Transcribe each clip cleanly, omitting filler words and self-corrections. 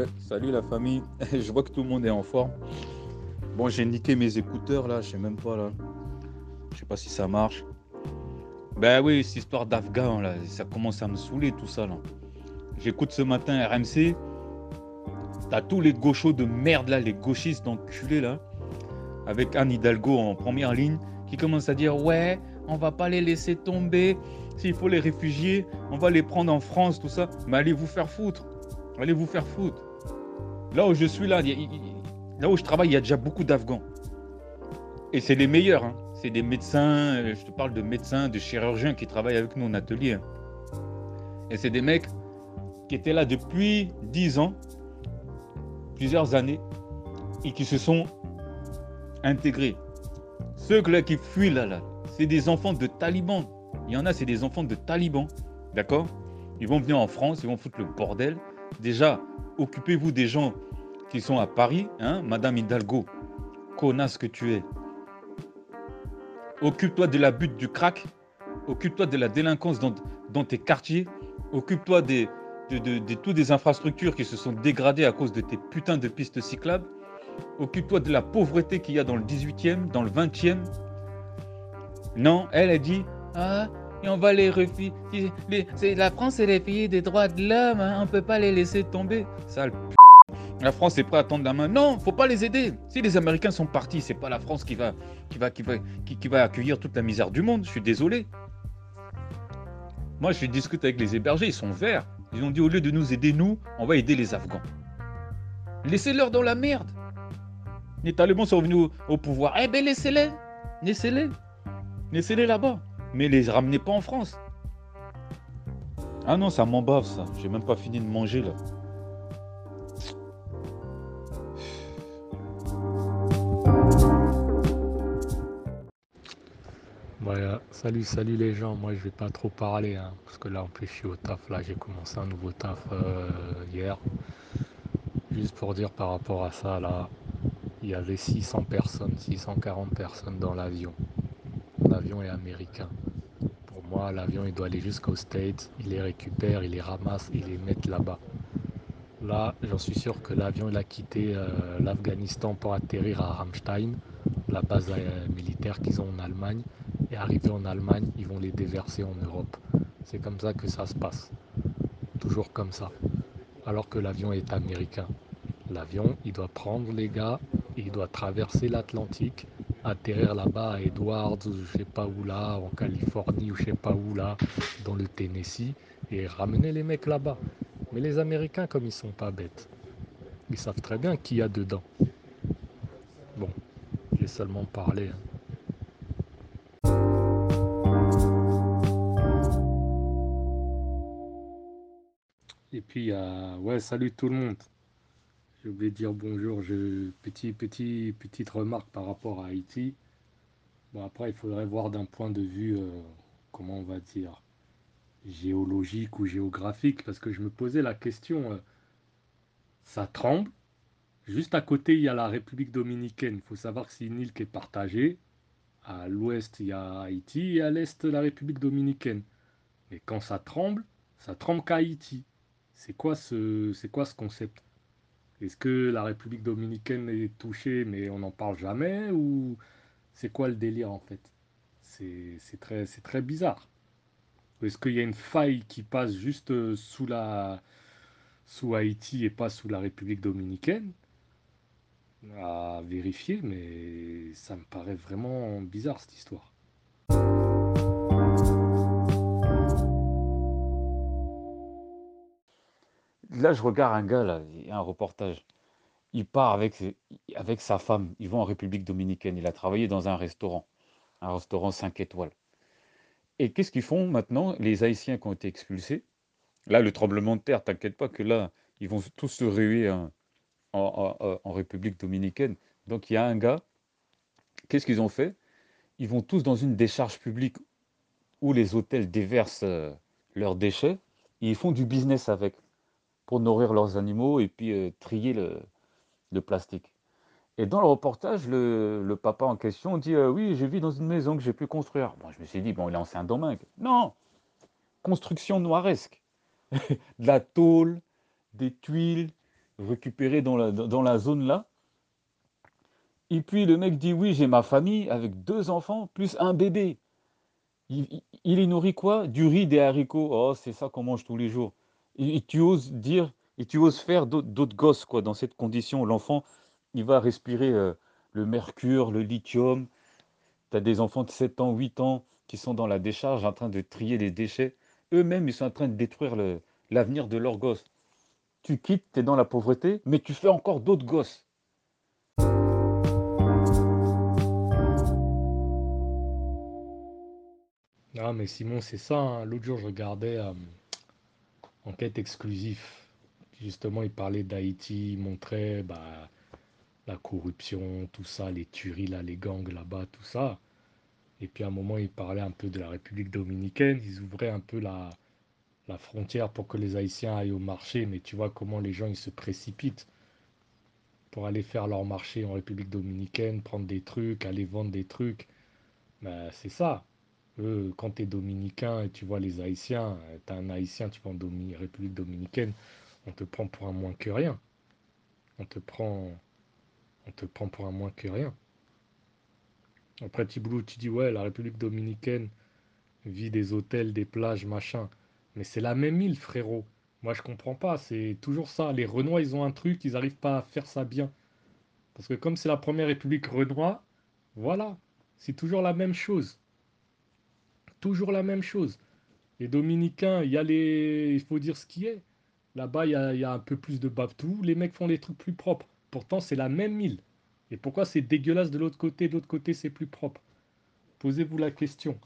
Salut la famille. Je vois que tout le monde est en forme. Bon, j'ai niqué mes écouteurs là, je sais même pas là. Je sais pas si ça marche. Ben oui, cette histoire d'Afghan là, ça commence à me saouler tout ça là. J'écoute ce matin RMC, t'as tous les gauchos de merde là, les gauchistes d'enculés là, avec Anne Hidalgo en première ligne, qui commencent à dire ouais, on va pas les laisser tomber. S'il faut les réfugier, on va les prendre en France, tout ça. Mais allez vous faire foutre. Allez vous faire foutre. Là où je suis là, là où je travaille, il y a déjà beaucoup d'Afghans. Et c'est les meilleurs, hein. C'est des médecins, je te parle de médecins, de chirurgiens qui travaillent avec nous en atelier, hein. Et c'est des mecs qui étaient là depuis 10 ans, plusieurs années, et qui se sont intégrés. Ceux-là qui fuient là, c'est des enfants de talibans. Il y en a, c'est des enfants de talibans, d'accord? Ils vont venir en France, ils vont foutre le bordel. Déjà, occupez-vous des gens qui sont à Paris, hein, Madame Hidalgo, connasse que tu es. Occupe-toi de la butte du crack, occupe-toi de la délinquance dans tes quartiers, occupe-toi de toutes les infrastructures qui se sont dégradées à cause de tes putains de pistes cyclables, occupe-toi de la pauvreté qu'il y a dans le 18e, dans le 20e. Non, elle a dit, ah, et on va les refuser. La France, c'est les pays des droits de l'homme, hein, on ne peut pas les laisser tomber. Sale p***. La France est prête à tendre la main. Non, faut pas les aider. Si les Américains sont partis, c'est pas la France qui va accueillir toute la misère du monde. Je suis désolé. Moi, je discute avec les hébergés, ils sont verts. Ils ont dit, au lieu de nous aider, nous, on va aider les Afghans. Laissez-leur dans la merde. Les talibans sont venus au pouvoir. Eh ben, laissez-les. Laissez-les. Laissez-les là-bas. Mais les ramenez pas en France. Ah non, ça m'embave, ça. J'ai même pas fini de manger, là. Ouais, salut les gens, moi je vais pas trop parler hein, parce que là en plus je suis au taf, là j'ai commencé un nouveau taf hier. Juste pour dire par rapport à ça là, il y avait 600 personnes, 640 personnes dans l'avion. L'avion est américain. Pour moi l'avion il doit aller jusqu'aux States, il les récupère, il les ramasse, il les met là-bas. Là j'en suis sûr que l'avion il a quitté l'Afghanistan pour atterrir à Ramstein, la base militaire qu'ils ont en Allemagne. Et arrivés en Allemagne, ils vont les déverser en Europe. C'est comme ça que ça se passe. Toujours comme ça. Alors que l'avion est américain. L'avion, il doit prendre les gars, et il doit traverser l'Atlantique, atterrir là-bas à Edwards, je sais pas où là, en Californie ou je sais pas où là, dans le Tennessee, et ramener les mecs là-bas. Mais les Américains, comme ils sont pas bêtes, ils savent très bien qui y a dedans. Bon, j'ai seulement parlé, hein. Et puis, ouais, salut tout le monde. J'ai oublié de dire bonjour. Petite remarque par rapport à Haïti. Bon, après, il faudrait voir d'un point de vue, comment on va dire, géologique ou géographique, parce que je me posais la question, ça tremble. Juste à côté, il y a la République dominicaine. Il faut savoir que c'est une île qui est partagée. À l'ouest, il y a Haïti et à l'est, la République dominicaine. Mais quand ça tremble qu'à Haïti. C'est quoi ce concept? Est-ce que la République dominicaine est touchée, mais on n'en parle jamais? Ou c'est quoi le délire en fait? C'est très bizarre. Ou est-ce qu'il y a une faille qui passe juste sous Haïti et pas sous la République dominicaine? À vérifier, mais ça me paraît vraiment bizarre cette histoire. Là, je regarde un gars, là, il y a un reportage. Il part avec sa femme. Ils vont en République dominicaine. Il a travaillé dans un restaurant 5 étoiles. Et qu'est-ce qu'ils font maintenant, les Haïtiens qui ont été expulsés? Là, le tremblement de terre, t'inquiète pas que là, ils vont tous se ruer en République dominicaine. Donc, il y a un gars, qu'est-ce qu'ils ont fait? Ils vont tous dans une décharge publique où les hôtels déversent leurs déchets et ils font du business avec pour nourrir leurs animaux et puis trier le plastique. Et dans le reportage, le papa en question dit oui, je vis dans une maison que j'ai pu construire. Bon, je me suis dit, bon, il est en Saint-Domingue. Non, construction noiresque. De la tôle, des tuiles, récupérer dans la zone là. Et puis le mec dit oui, j'ai ma famille avec 2 enfants plus un bébé. Il les nourrit quoi? Du riz, des haricots. Oh, c'est ça qu'on mange tous les jours. Et tu oses dire, et tu oses faire d'autres gosses quoi dans cette condition. L'enfant, il va respirer le mercure, le lithium. Tu as des enfants de 7 ans, 8 ans qui sont dans la décharge en train de trier les déchets. Eux-mêmes, ils sont en train de détruire l'avenir de leurs gosses. Tu quittes, tu es dans la pauvreté, mais tu fais encore d'autres gosses. Ah, mais Simon, c'est ça, hein. L'autre jour, je regardais Enquête exclusive. Justement, il parlait d'Haïti, il montrait bah, la corruption, tout ça, les tueries, là, les gangs là-bas, tout ça. Et puis à un moment, il parlait un peu de la République dominicaine. Ils ouvraient un peu la frontière pour que les Haïtiens aillent au marché. Mais tu vois comment les gens, ils se précipitent pour aller faire leur marché en République dominicaine, prendre des trucs, aller vendre des trucs. Bah, c'est ça. Eux, quand tu es dominicain et tu vois les Haïtiens, tu un Haïtien, tu vas en République dominicaine, on te prend pour un moins que rien. On te prend, on te prend pour un moins que rien. Après, Tiboulou, tu dis, ouais, la République dominicaine vit des hôtels, des plages, machin. Mais c'est la même île, frérot. Moi, je comprends pas. C'est toujours ça. Les Renois, ils ont un truc, ils n'arrivent pas à faire ça bien. Parce que comme c'est la première République Renois, voilà. C'est toujours la même chose. Toujours la même chose. Les Dominicains, il y a les... il faut dire ce qui est. Là-bas, il y a un peu plus de babtou. Les mecs font des trucs plus propres. Pourtant, c'est la même île. Et pourquoi c'est dégueulasse de l'autre côté? De l'autre côté, c'est plus propre. Posez-vous la question.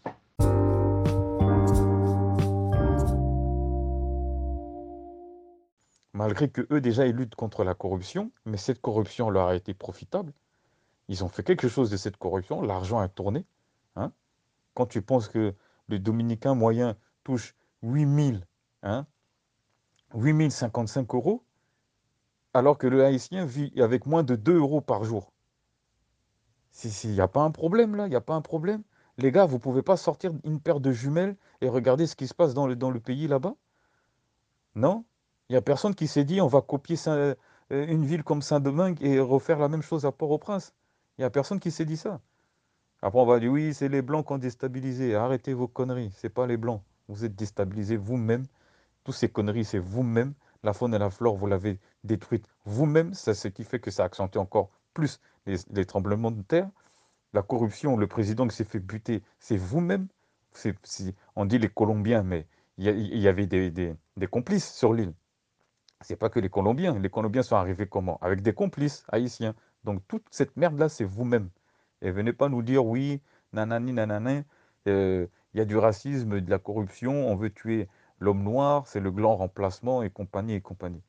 Malgré que eux déjà ils luttent contre la corruption, mais cette corruption leur a été profitable. Ils ont fait quelque chose de cette corruption, l'argent a tourné. Hein. Quand tu penses que le Dominicain moyen touche 8 000, hein, 8 055 euros, alors que le Haïtien vit avec moins de 2 euros par jour. Il n'y a pas un problème là, il n'y a pas un problème. Les gars, vous pouvez pas sortir une paire de jumelles et regarder ce qui se passe dans le pays là-bas? Non? Il n'y a personne qui s'est dit on va copier une ville comme Saint-Domingue et refaire la même chose à Port-au-Prince. Il n'y a personne qui s'est dit ça. Après, on va dire oui, c'est les Blancs qui ont déstabilisé. Arrêtez vos conneries, c'est pas les Blancs. Vous êtes déstabilisés vous-même. Toutes ces conneries, c'est vous-même. La faune et la flore, vous l'avez détruite vous-même. C'est ce qui fait que ça accentue encore plus les tremblements de terre. La corruption, le président qui s'est fait buter, c'est vous-même. On dit les Colombiens, mais il y avait des complices sur l'île. C'est pas que les Colombiens. Les Colombiens sont arrivés comment? Avec des complices haïtiens. Donc toute cette merde-là, c'est vous-même. Et venez pas nous dire oui, nanani, nanana, il y a du racisme, de la corruption, on veut tuer l'homme noir, c'est le grand remplacement et compagnie et compagnie.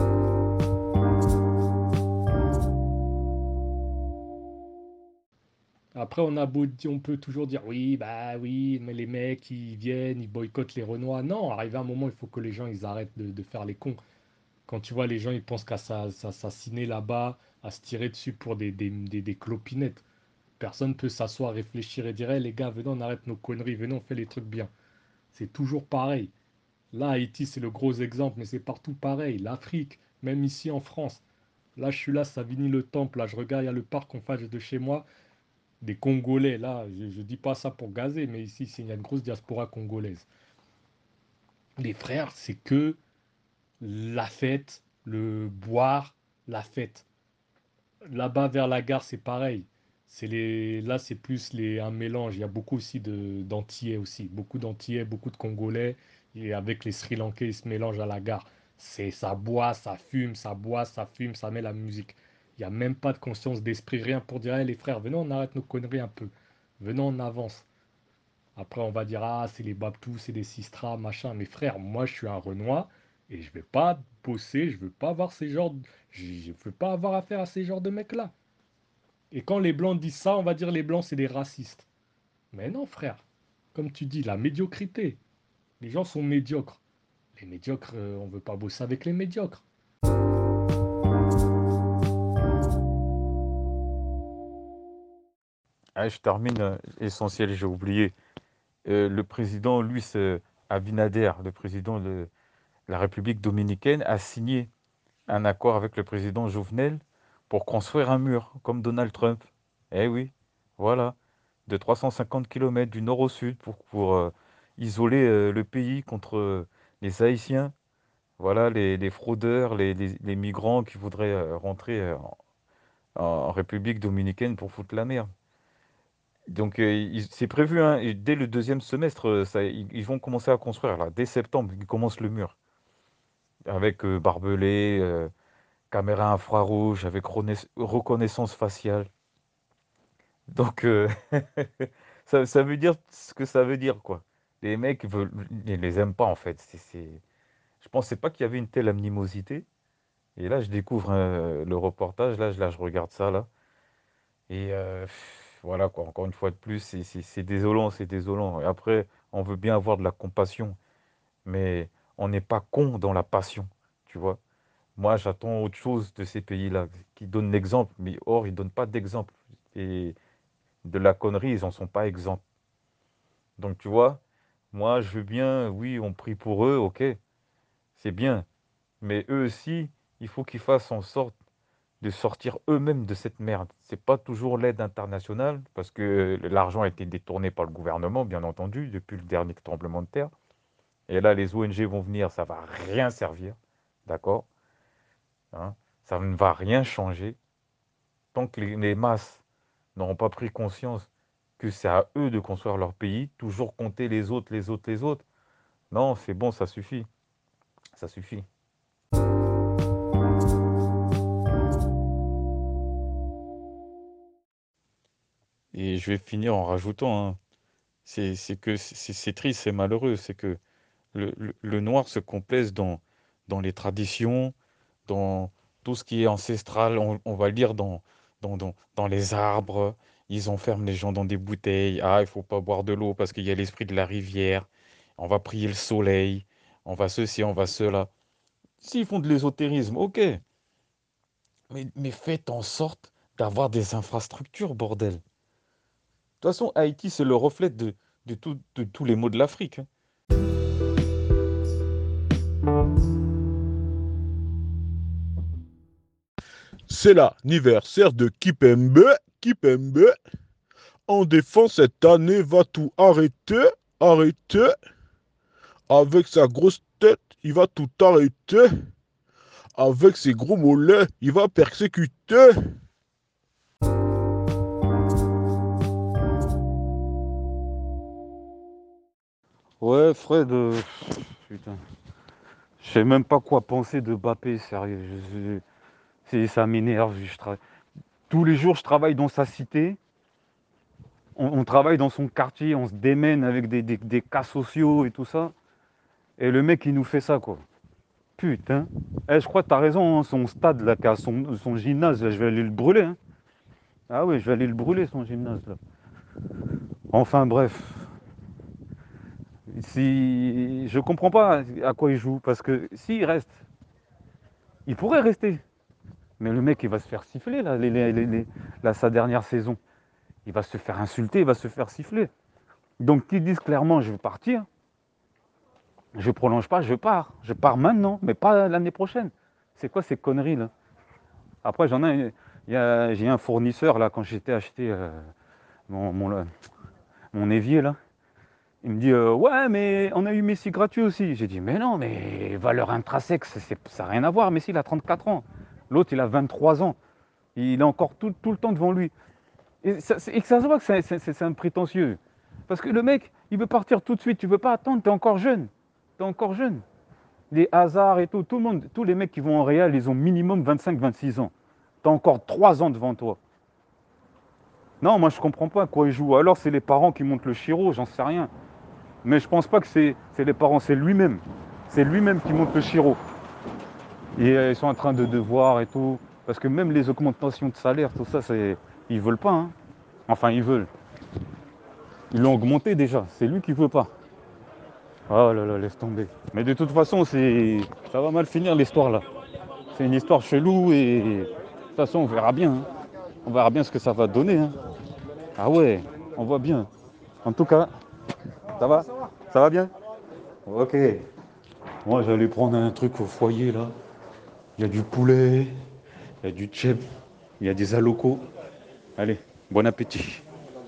Après, on peut toujours dire oui, bah oui, mais les mecs, ils viennent, ils boycottent les Renois. Non, arrivé à un moment, il faut que les gens, ils arrêtent de faire les cons. Quand tu vois les gens, ils pensent qu'à s'assassiner là-bas, à se tirer dessus pour des clopinettes. Personne ne peut s'asseoir, réfléchir et dire, hey, les gars, venez, on arrête nos conneries, venez, on fait les trucs bien. C'est toujours pareil. Là, Haïti, c'est le gros exemple, mais c'est partout pareil. L'Afrique, même ici en France. Là, je suis là, Savigny-le-Temple. Là, je regarde, il y a le parc en face de chez moi. Des Congolais, là, je ne dis pas ça pour gazer, mais ici, il y a une grosse diaspora congolaise. Les frères, c'est que la fête, le boire, la fête. Là-bas, vers la gare, c'est pareil. Là, c'est plus un mélange. Il y a beaucoup aussi d'Antillais aussi. Beaucoup d'Antillais, beaucoup de Congolais. Et avec les Sri Lankais, ils se mélangent à la gare. Ça boit, ça fume, ça boit, ça fume, ça met la musique. Il n'y a même pas de conscience d'esprit, rien pour dire, hey, les frères, venez, on arrête nos conneries un peu. Venez, on avance. Après, on va dire, ah, c'est les Baptous, c'est des Sistras, machin. Mais frère, moi, je suis un Renoir et je vais pas bosser, je veux pas avoir je veux pas avoir affaire à ces genres de mecs-là. Et quand les Blancs disent ça, on va dire les Blancs, c'est des racistes. Mais non, frère. Comme tu dis, la médiocrité. Les gens sont médiocres. Les médiocres, on veut pas bosser avec les médiocres. Ah, je termine essentiel, j'ai oublié. Le président, lui, c'est Abinader, le président de la République dominicaine, a signé un accord avec le président Jouvenel pour construire un mur, comme Donald Trump. Eh oui, voilà, de 350 km du nord au sud pour isoler le pays contre les Haïtiens, voilà, les fraudeurs, les migrants qui voudraient rentrer en République dominicaine pour foutre la merde. Donc c'est prévu, hein, et dès le deuxième semestre, ils vont commencer à construire, là, dès septembre, ils commencent le mur, avec barbelés, caméra infrarouge, avec reconnaissance faciale. Donc, ça veut dire ce que ça veut dire, quoi. Les mecs veulent, ils les aiment pas, en fait. Je pensais pas qu'il y avait une telle animosité. Et là, je découvre le reportage, là, je regarde ça, là. Et voilà, quoi. Encore une fois de plus, c'est désolant, c'est désolant. Et après, on veut bien avoir de la compassion, mais on n'est pas con dans la passion, tu vois. Moi, j'attends autre chose de ces pays-là, qui donnent l'exemple, mais or, ils donnent pas d'exemple. Et de la connerie, ils en sont pas exempts. Donc, tu vois, moi, je veux bien, oui, on prie pour eux, ok, c'est bien. Mais eux aussi, il faut qu'ils fassent en sorte de sortir eux-mêmes de cette merde. C'est pas toujours l'aide internationale, parce que l'argent a été détourné par le gouvernement, bien entendu, depuis le dernier tremblement de terre. Et là, les ONG vont venir, ça va rien servir, d'accord, hein, ça ne va rien changer tant que les masses n'auront pas pris conscience que c'est à eux de construire leur pays, toujours compter les autres, les autres, les autres. Non, c'est bon, ça suffit. Ça suffit. Et je vais finir en rajoutant, hein, c'est que c'est triste, c'est malheureux, c'est que le noir se complaise dans les traditions, dans tout ce qui est ancestral, on va lire dans les arbres, ils enferment les gens dans des bouteilles, ah, il faut pas boire de l'eau parce qu'il y a l'esprit de la rivière, on va prier le soleil, on va ceci, on va cela. S'ils font de l'ésotérisme, ok, mais faites en sorte d'avoir des infrastructures, bordel. De toute façon, Haïti, c'est le reflet de tous les maux de l'Afrique, hein. C'est l'anniversaire de Kipembe. Kipembe, en défense cette année, va tout arrêter. Arrêter. Avec sa grosse tête, il va tout arrêter. Avec ses gros mollets, il va persécuter. Ouais, Fred, putain. Je sais même pas quoi penser de Mbappé, sérieux. Ça m'énerve. Tous les jours, je travaille dans sa cité. On travaille dans son quartier, on se démène avec des cas sociaux et tout ça. Et le mec, il nous fait ça, quoi. Putain. Eh, je crois que t'as raison, hein, son stade, là, son gymnase, là, je vais aller le brûler, hein. Ah oui, je vais aller le brûler, son gymnase, là. Enfin, bref. Si... Je comprends pas à quoi il joue, parce que s'il reste, il pourrait rester. Mais le mec, il va se faire siffler, là, là, sa dernière saison. Il va se faire insulter, il va se faire siffler. Donc, qu'ils disent clairement, je veux partir, je prolonge pas, je pars. Je pars maintenant, mais pas l'année prochaine. C'est quoi ces conneries, là? Après, j'ai un fournisseur, là, quand j'étais acheté mon évier, là. Il me dit, ouais, mais on a eu Messi gratuit aussi. J'ai dit, mais non, mais valeur intrinsèque, ça n'a rien à voir. Messi, il a 34 ans. L'autre, il a 23 ans. Il a encore tout le temps devant lui. Et que ça se voit que c'est un prétentieux. Parce que le mec, il veut partir tout de suite. Tu veux pas attendre, t'es encore jeune. T'es encore jeune. Les hasards et tout le monde, tous les mecs qui vont en Real, ils ont minimum 25-26 ans. T'as encore 3 ans devant toi. Non, moi je comprends pas à quoi il joue. Alors c'est les parents qui montent le chiro, j'en sais rien. Mais je pense pas que c'est les parents, c'est lui-même. C'est lui-même qui monte le chiro. Et ils sont en train de voir et tout. Parce que même les augmentations de salaire, tout ça, ils veulent pas, hein. Enfin, ils veulent. Ils l'ont augmenté déjà. C'est lui qui veut pas. Oh là là, laisse tomber. Mais de toute façon, ça va mal finir l'histoire là. C'est une histoire chelou et de toute façon, on verra bien, hein. On verra bien ce que ça va donner, hein. Ah ouais, on voit bien. En tout cas, ça va? Ça va bien? Ok. Moi, j'allais prendre un truc au foyer là. Il y a du poulet, il y a du tchèp, il y a des alocos. Allez, bon appétit.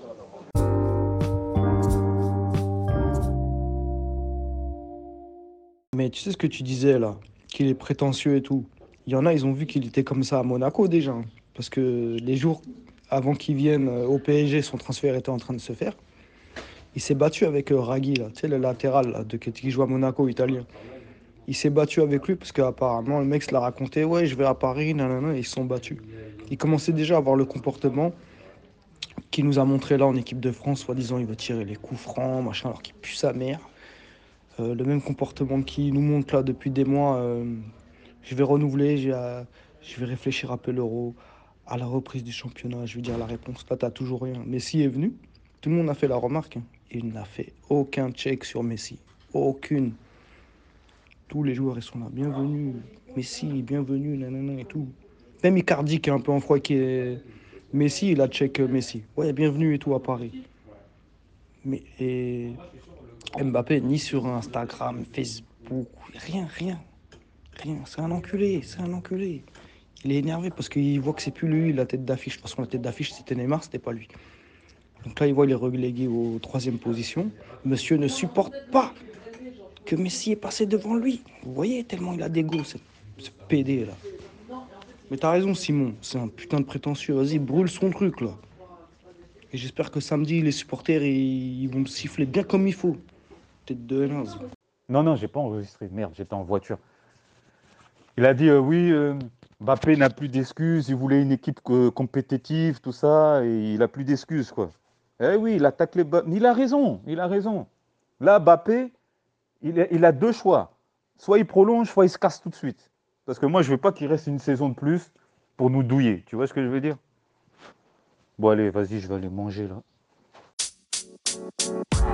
Mais tu sais ce que tu disais là, qu'il est prétentieux et tout. Il y en a, ils ont vu qu'il était comme ça à Monaco déjà, hein. Parce que les jours avant qu'il vienne au PSG, son transfert était en train de se faire. Il s'est battu avec Raghi, là, tu sais, le latéral là, qui joue à Monaco, italien. Il s'est battu avec lui parce qu'apparemment, le mec se l'a raconté, ouais, je vais à Paris, nanana, et ils se sont battus. Il commençait déjà à avoir le comportement qu'il nous a montré là en équipe de France, soi-disant, il veut tirer les coups francs, machin, alors qu'il pue sa mère. Le même comportement qu'il nous montre là depuis des mois. Je vais renouveler, je vais réfléchir après l'Euro, à la reprise du championnat. Je vais dire la réponse. Là, t'as toujours rien. Messi est venu. Tout le monde a fait la remarque, hein. Il n'a fait aucun check sur Messi. Aucune. Tous les joueurs, ils sont là. Bienvenue. Messi, bienvenue, nanana et tout. Même Icardi qui est un peu en froid, qui est... Messi, il a check Messi. Ouais, bienvenue et tout à Paris. Mais et Mbappé, ni sur Instagram, Facebook, rien, rien. Rien. C'est un enculé, c'est un enculé. Il est énervé parce qu'il voit que c'est plus lui la tête d'affiche. De toute façon, la tête d'affiche, c'était Neymar, c'était pas lui. Donc là, il voit il est relégué aux troisième position. Monsieur ne supporte pas que Messi est passé devant lui. Vous voyez, tellement il a d'égo, ce PD là. Mais t'as raison, Simon, c'est un putain de prétentieux. Vas-y, brûle son truc là. Et j'espère que samedi, les supporters, ils vont me siffler bien comme il faut. Tête de naze. Non, non, j'ai pas enregistré. Merde, j'étais en voiture. Il a dit oui, Mbappé n'a plus d'excuses. Il voulait une équipe compétitive, tout ça, et il a plus d'excuses, quoi. Eh oui, il attaque les. Mais il a raison, il a raison. Là, Mbappé, il a deux choix. Soit il prolonge, soit il se casse tout de suite. Parce que moi, je veux pas qu'il reste une saison de plus pour nous douiller. Tu vois ce que je veux dire? Bon, allez, vas-y, je vais aller manger là.